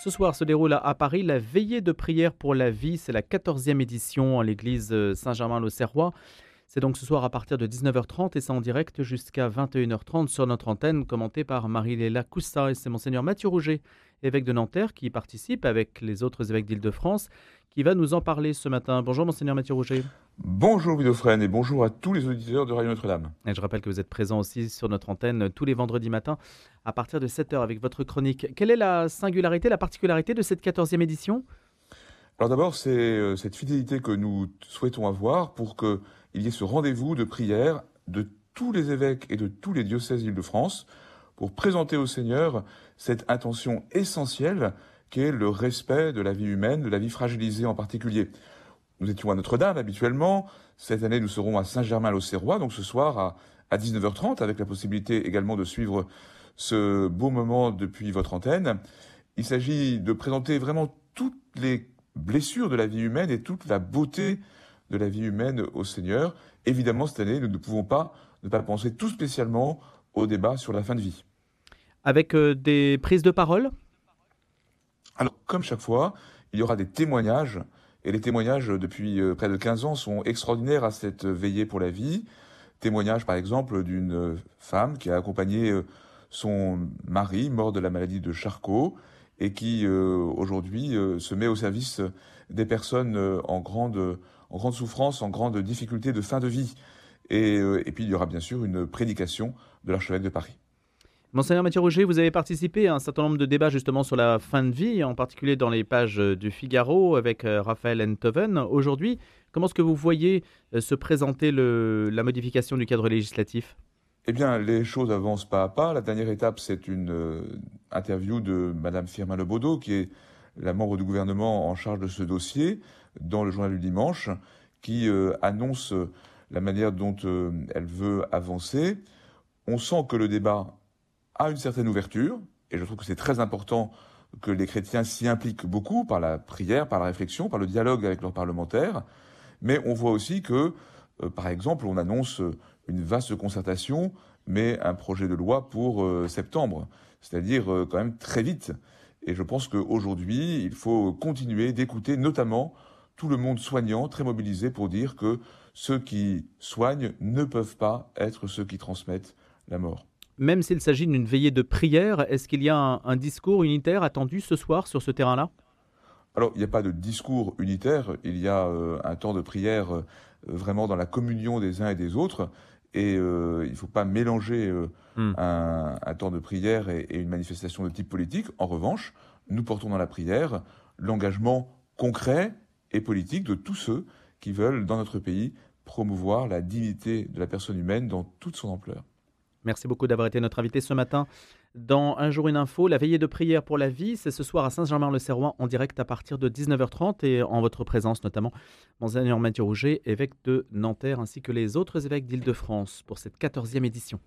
Ce soir se déroule à Paris la veillée de prière pour la vie. C'est la 14e édition à l'église Saint-Germain-l'Auxerrois. C'est donc ce soir à partir de 19h30 et c'est en direct jusqu'à 21h30 sur notre antenne, commenté par Marie-Léla Coussa. Et c'est Monseigneur Mathieu Rouget, évêque de Nanterre, qui participe avec les autres évêques d'Île-de-France, qui va nous en parler ce matin. Bonjour Monseigneur Mathieu Rouget. Bonjour Wilofren et bonjour à tous les auditeurs de Radio Notre-Dame. Et je rappelle que vous êtes présent aussi sur notre antenne tous les vendredis matins à partir de 7h avec votre chronique. Quelle est la singularité, la particularité de cette 14e édition ? Alors d'abord, c'est cette fidélité que nous souhaitons avoir pour qu'il y ait ce rendez-vous de prière de tous les évêques et de tous les diocèses d'Île-de-France pour présenter au Seigneur cette intention essentielle qu'est le respect de la vie humaine, de la vie fragilisée en particulier. Nous étions à Notre-Dame habituellement. Cette année, nous serons à Saint-Germain-l'Auxerrois, donc ce soir à 19h30, avec la possibilité également de suivre ce beau moment depuis votre antenne. Il s'agit de présenter vraiment toutes les blessures de la vie humaine et toute la beauté de la vie humaine au Seigneur. Évidemment, cette année, nous ne pouvons pas ne pas penser tout spécialement au débat sur la fin de vie. Avec des prises de parole ? Alors, comme chaque fois, il y aura des témoignages. Et les témoignages, depuis près de 15 ans, sont extraordinaires à cette veillée pour la vie. Témoignage, par exemple, d'une femme qui a accompagné son mari, mort de la maladie de Charcot, et qui, aujourd'hui, se met au service des personnes en grande souffrance, en grande difficulté de fin de vie. Et puis, il y aura bien sûr une prédication de l'archevêque de Paris. Monseigneur Mathieu Rouget, vous avez participé à un certain nombre de débats justement sur la fin de vie, en particulier dans les pages du Figaro avec Raphaël Enthoven. Aujourd'hui, comment est-ce que vous voyez se présenter la modification du cadre législatif ? Eh bien, les choses avancent pas à pas. La dernière étape, c'est une interview de Madame Firmin Lebaudot, qui est la membre du gouvernement en charge de ce dossier, dans le journal du dimanche, qui annonce la manière dont elle veut avancer. On sent que le débat a une certaine ouverture, et je trouve que c'est très important que les chrétiens s'y impliquent beaucoup par la prière, par la réflexion, par le dialogue avec leurs parlementaires, mais on voit aussi que, par exemple, on annonce une vaste concertation, mais un projet de loi pour septembre, c'est-à-dire quand même très vite. Et je pense qu'aujourd'hui, il faut continuer d'écouter notamment tout le monde soignant, très mobilisé pour dire que ceux qui soignent ne peuvent pas être ceux qui transmettent la mort. Même s'il s'agit d'une veillée de prière, est-ce qu'il y a un discours unitaire attendu ce soir sur ce terrain-là ? Alors, il n'y a pas de discours unitaire, il y a un temps de prière vraiment dans la communion des uns et des autres, et il ne faut pas mélanger un temps de prière et une manifestation de type politique. En revanche, nous portons dans la prière l'engagement concret et politique de tous ceux qui veulent, dans notre pays, promouvoir la dignité de la personne humaine dans toute son ampleur. Merci beaucoup d'avoir été notre invité ce matin dans Un jour une info. La veillée de prière pour la vie, c'est ce soir à Saint-Germain-l'Auxerrois en direct à partir de 19h30 et en votre présence notamment, Monseigneur Mathieu Rouget, évêque de Nanterre, ainsi que les autres évêques d'Île-de-France pour cette 14e édition.